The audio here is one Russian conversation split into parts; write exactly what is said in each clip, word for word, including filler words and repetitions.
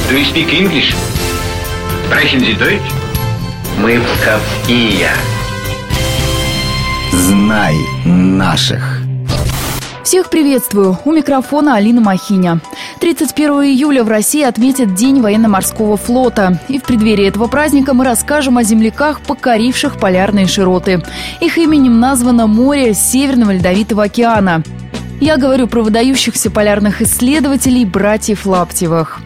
Do you speak English? Sprechen Sie Deutsch? Мы псковские. Знай наших. Всех приветствую. У микрофона Алина Махиня. тридцать первого июля в России отметят День военно-морского флота. И в преддверии этого праздника мы расскажем о земляках, покоривших полярные широты. Их именем названо море Северного Ледовитого океана. Я говорю про выдающихся полярных исследователей братьев Лаптевых.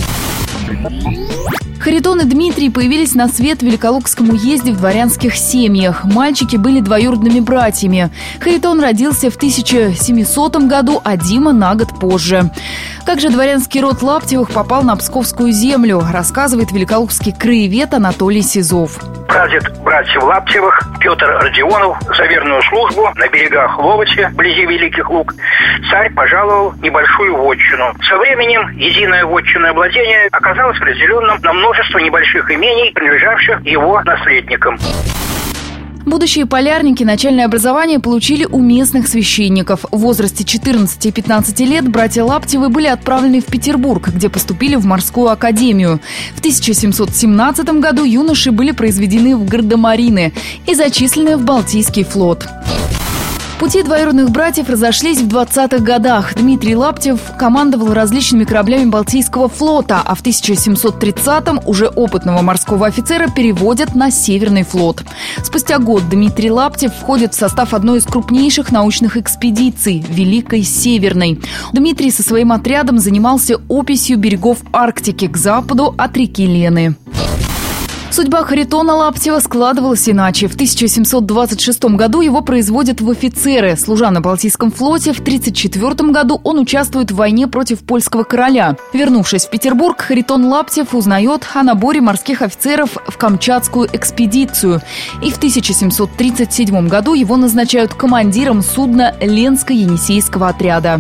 Харитон и Дмитрий появились на свет в Великолукском уезде в дворянских семьях. Мальчики были двоюродными братьями. Харитон родился в тысяча семисотом году, а Дима на год позже. Как же дворянский род Лаптевых попал на Псковскую землю, рассказывает великолукский краевед Анатолий Сизов. Прадед братьев Лаптевых Петр Родионов за верную службу на берегах Ловочи, вблизи Великих Луг, царь пожаловал небольшую вотчину. Со временем единое вотчинное владение оказалось разделенным на множество небольших имений, принадлежавших его наследникам. Будущие полярники начальное образование получили у местных священников. В возрасте четырнадцати и пятнадцати лет братья Лаптевы были отправлены в Петербург, где поступили в морскую академию. В тысяча семьсот семнадцатом году юноши были произведены в гардемарины и зачислены в Балтийский флот. Пути двоюродных братьев разошлись в двадцатых годах. Дмитрий Лаптев командовал различными кораблями Балтийского флота, а в тысяча семьсот тридцатом уже опытного морского офицера переводят на Северный флот. Спустя год Дмитрий Лаптев входит в состав одной из крупнейших научных экспедиций – Великой Северной. Дмитрий со своим отрядом занимался описью берегов Арктики к западу от реки Лены. Судьба Харитона Лаптева складывалась иначе. В тысяча семьсот двадцать шестом году его производят в офицеры. Служа на Балтийском флоте, в тридцать четвёртом году он участвует в войне против польского короля. Вернувшись в Петербург, Харитон Лаптев узнает о наборе морских офицеров в Камчатскую экспедицию. И в тысяча семьсот тридцать седьмом году его назначают командиром судна Ленско-Енисейского отряда.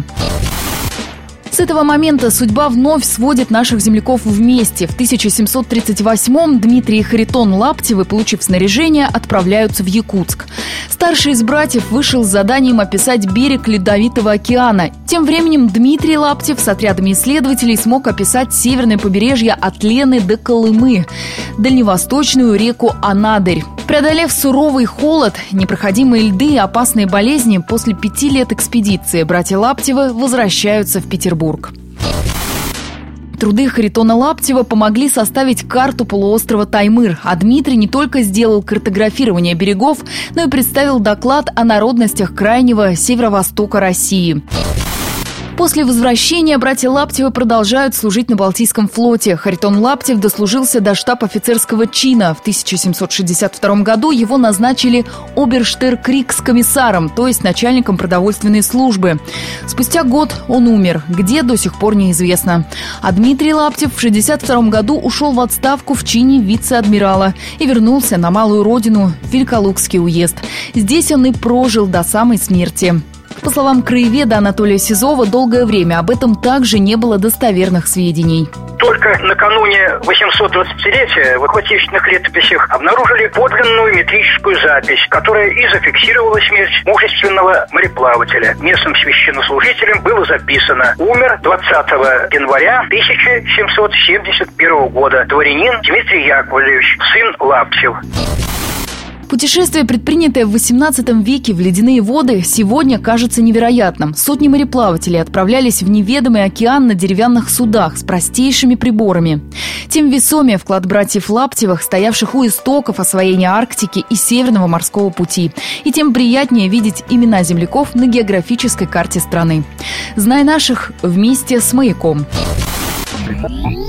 С этого момента судьба вновь сводит наших земляков вместе. В тысяча семьсот тридцать восьмом Дмитрий и Харитон Лаптевы, получив снаряжение, отправляются в Якутск. Старший из братьев вышел с заданием описать берег Ледовитого океана. Тем временем Дмитрий Лаптев с отрядами исследователей смог описать северное побережье от Лены до Колымы, дальневосточную реку Анадырь. Преодолев суровый холод, непроходимые льды и опасные болезни, после пяти лет экспедиции братья Лаптевы возвращаются в Петербург. Труды Харитона Лаптева помогли составить карту полуострова Таймыр, а Дмитрий не только сделал картографирование берегов, но и представил доклад о народностях крайнего северо-востока России. После возвращения братья Лаптевы продолжают служить на Балтийском флоте. Харитон Лаптев дослужился до штаб-офицерского чина. В тысяча семьсот шестьдесят втором году его назначили оберштер-крикс-комиссаром, то есть начальником продовольственной службы. Спустя год он умер, где до сих пор неизвестно. А Дмитрий Лаптев в шестьдесят втором году ушел в отставку в чине вице-адмирала и вернулся на малую родину, в Великолукский уезд. Здесь он и прожил до самой смерти. По словам краеведа Анатолия Сизова, долгое время об этом также не было достоверных сведений. Только накануне восьмисот двадцатилетия в охвативших летописях обнаружили подлинную метрическую запись, которая и зафиксировала смерть мужественного мореплавателя. Местным священнослужителем было записано: умер двадцатого января тысяча семьсот семьдесят первого года дворянин Дмитрий Яковлевич, сын Лаптев. Путешествие, предпринятое в восемнадцатом веке в ледяные воды, сегодня кажется невероятным. Сотни мореплавателей отправлялись в неведомый океан на деревянных судах с простейшими приборами. Тем весомее вклад братьев Лаптевых, стоявших у истоков освоения Арктики и Северного морского пути. И тем приятнее видеть имена земляков на географической карте страны. Знай наших вместе с «Маяком».